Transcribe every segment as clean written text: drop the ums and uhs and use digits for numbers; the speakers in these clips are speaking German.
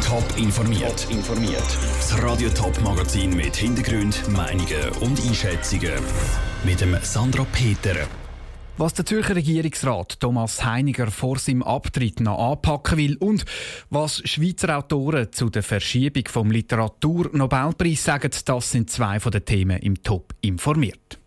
Top informiert. Das Radio Top Magazin mit Hintergrund, Meinungen und Einschätzungen mit dem Sandra Peter. Was der Zürcher Regierungsrat Thomas Heiniger vor seinem Abtritt noch anpacken will und was Schweizer Autoren zu der Verschiebung vom Literaturnobelpreis sagen, das sind zwei von den Themen im Top informiert.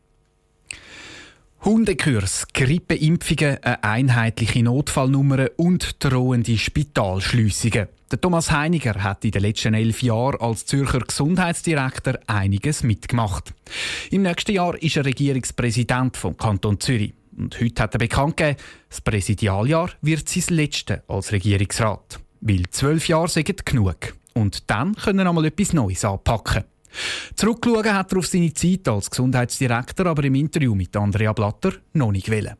Hundekurs, Grippeimpfungen, eine einheitliche Notfallnummer und drohende Spitalschliessungen. Der Thomas Heiniger hat in den letzten 11 Jahren als Zürcher Gesundheitsdirektor einiges mitgemacht. Im nächsten Jahr ist er Regierungspräsident vom Kanton Zürich. Und heute hat er bekannt gegeben, das Präsidialjahr wird sein letztes als Regierungsrat. Weil 12 Jahre sind genug. Und dann können wir einmal etwas Neues anpacken. Zurückschauen hat er auf seine Zeit als Gesundheitsdirektor, aber im Interview mit Andrea Blatter noch nicht wollen.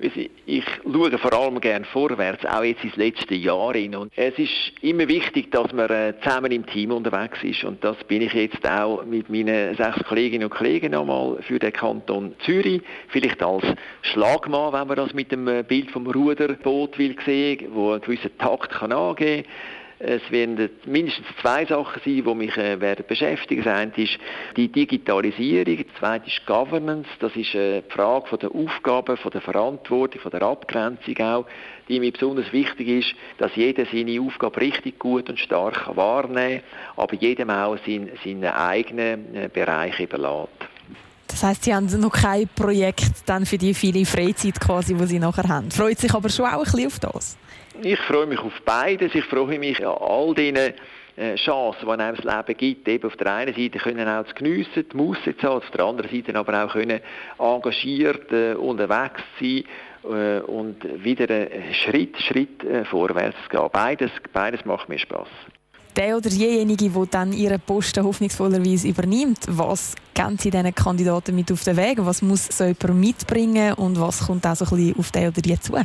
Ich schaue vor allem gerne vorwärts, auch jetzt ins letzte Jahr hin. Und es ist immer wichtig, dass man zusammen im Team unterwegs ist. Und das bin ich jetzt auch mit meinen 6 Kolleginnen und Kollegen einmal für den Kanton Zürich. Vielleicht als Schlagmann, wenn man das mit dem Bild vom Ruderboot will sehen, wo einen gewissen Takt kann angeben kann. Es werden mindestens 2 Sachen sein, die mich werden beschäftigen. Das eine ist die Digitalisierung, das zweite ist Governance. Das ist die Frage von der Aufgaben, von der Verantwortung, von der Abgrenzung auch, die mir besonders wichtig ist, dass jeder seine Aufgabe richtig gut und stark wahrnehmen kann, aber jedem auch seinen eigenen Bereich überlässt. Das heisst, Sie haben noch kein Projekt dann für die viele Freizeit quasi, die Sie nachher haben. Freut sich aber schon auch ein bisschen auf das? Ich freue mich auf beides. Ich freue mich an all diesen Chancen, die einem das Leben gibt. Eben auf der einen Seite können auch zu geniessen, die Musse zu haben, auf der anderen Seite aber auch können engagiert unterwegs sein und wieder Schritt vorwärts gehen. Beides macht mir Spass. Der oder diejenige, der dann Ihren Posten hoffnungsvollerweise übernimmt, was geben Sie diesen Kandidaten mit auf den Weg? Was muss so jemand mitbringen und was kommt auch so ein bisschen auf den oder die zu?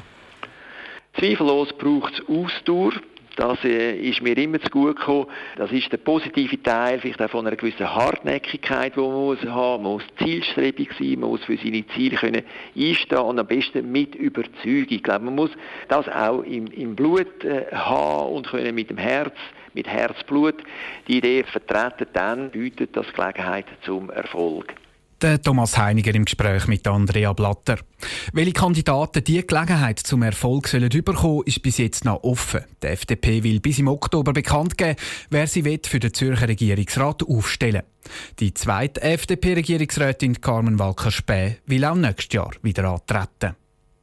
Zweifellos braucht es Ausdauer. Das ist mir immer zu gut gekommen. Das ist der positive Teil, vielleicht auch von einer gewissen Hartnäckigkeit, die man muss haben. Man muss zielstrebig sein, man muss für seine Ziele können einstehen und am besten mit Überzeugung. Ich glaube, man muss das auch im Blut haben und können mit dem Herz, mit Herzblut die Idee vertreten. Dann bietet das Gelegenheit zum Erfolg. Der Thomas Heiniger im Gespräch mit Andrea Blatter. Welche Kandidaten diese Gelegenheit zum Erfolg sollen bekommen, ist bis jetzt noch offen. Die FDP will bis im Oktober bekannt geben, wer sie für den Zürcher Regierungsrat aufstellen will. Die zweite FDP-Regierungsrätin Carmen Walker-Späh will auch nächstes Jahr wieder antreten.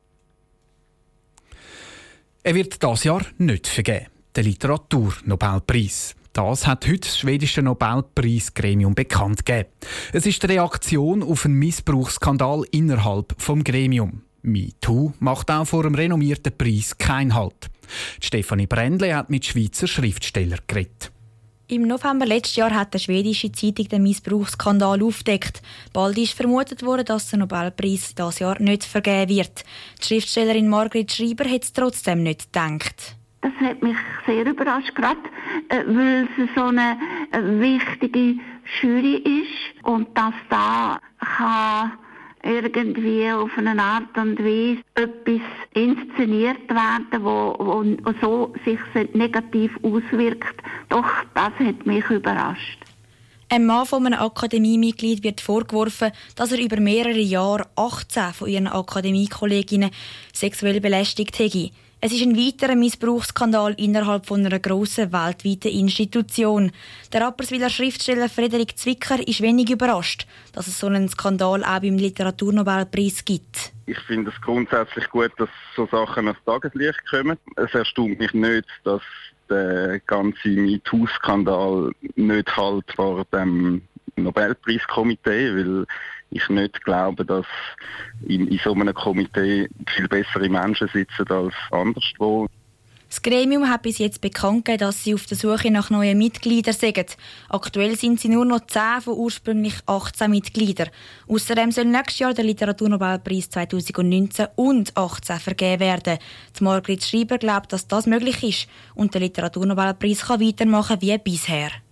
Er wird dieses Jahr nicht vergeben. Der Literaturnobelpreis. Das hat heute das schwedische Nobelpreisgremium bekannt gegeben. Es ist die Reaktion auf einen Missbrauchsskandal innerhalb des Gremiums. MeToo macht auch vor dem renommierten Preis keinen Halt. Stefanie Brändle hat mit Schweizer Schriftstellern geredet. Im November letzten Jahr hat die schwedische Zeitung den Missbrauchsskandal aufgedeckt. Bald ist vermutet worden, dass der Nobelpreis dieses Jahr nicht vergeben wird. Die Schriftstellerin Margret Schreiber hat es trotzdem nicht gedacht. Das hat mich sehr überrascht, gerade weil es so eine wichtige Jury ist und dass da kann irgendwie auf eine Art und Weise etwas inszeniert werden, wo so sich negativ auswirkt. Doch, das hat mich überrascht. Ein Mann von einem Akademiemitglied wird vorgeworfen, dass er über mehrere Jahre 18 von ihren Akademiekolleginnen sexuell belästigt hätte. Es ist ein weiterer Missbrauchsskandal innerhalb von einer grossen weltweiten Institution. Der Rapperswiler Schriftsteller Frederik Zwicker ist wenig überrascht, dass es so einen Skandal auch beim Literaturnobelpreis gibt. Ich finde es grundsätzlich gut, dass so Sachen ans Tageslicht kommen. Es erstaunt mich nicht, dass der ganze MeToo-Skandal nicht halt vor dem Nobelpreiskomitee, weil ich nicht glaube, dass in so einem Komitee viel bessere Menschen sitzen als anderswo. Das Gremium hat bis jetzt bekannt gegeben, dass sie auf der Suche nach neuen Mitgliedern sind. Aktuell sind sie nur noch 10 von ursprünglich 18 Mitgliedern. Außerdem soll nächstes Jahr der Literaturnobelpreis 2019 und 2018 vergeben werden. Die Margret Schreiber glaubt, dass das möglich ist und der Literaturnobelpreis kann weitermachen wie bisher. Ich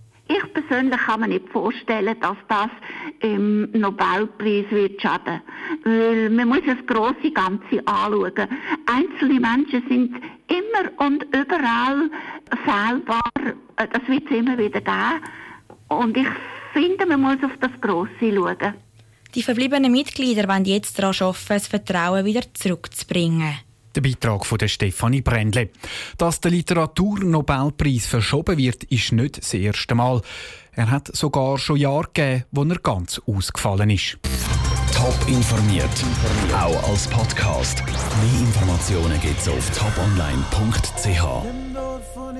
ich persönlich kann mir nicht vorstellen, dass das im Nobelpreis wird schaden. Weil man muss das grosse Ganze anschauen. Einzelne Menschen sind immer und überall fehlbar. Das wird es immer wieder geben. Und ich finde, man muss auf das Grosse schauen. Die verbliebenen Mitglieder wollen jetzt daran arbeiten, das Vertrauen wieder zurückzubringen. Der Beitrag von Stefanie Brändle. Dass der Literaturnobelpreis verschoben wird, ist nicht das erste Mal. Er hat sogar schon Jahre gegeben, wo er ganz ausgefallen ist. Top informiert, auch als Podcast. Mehr Informationen gibt's auf toponline.ch.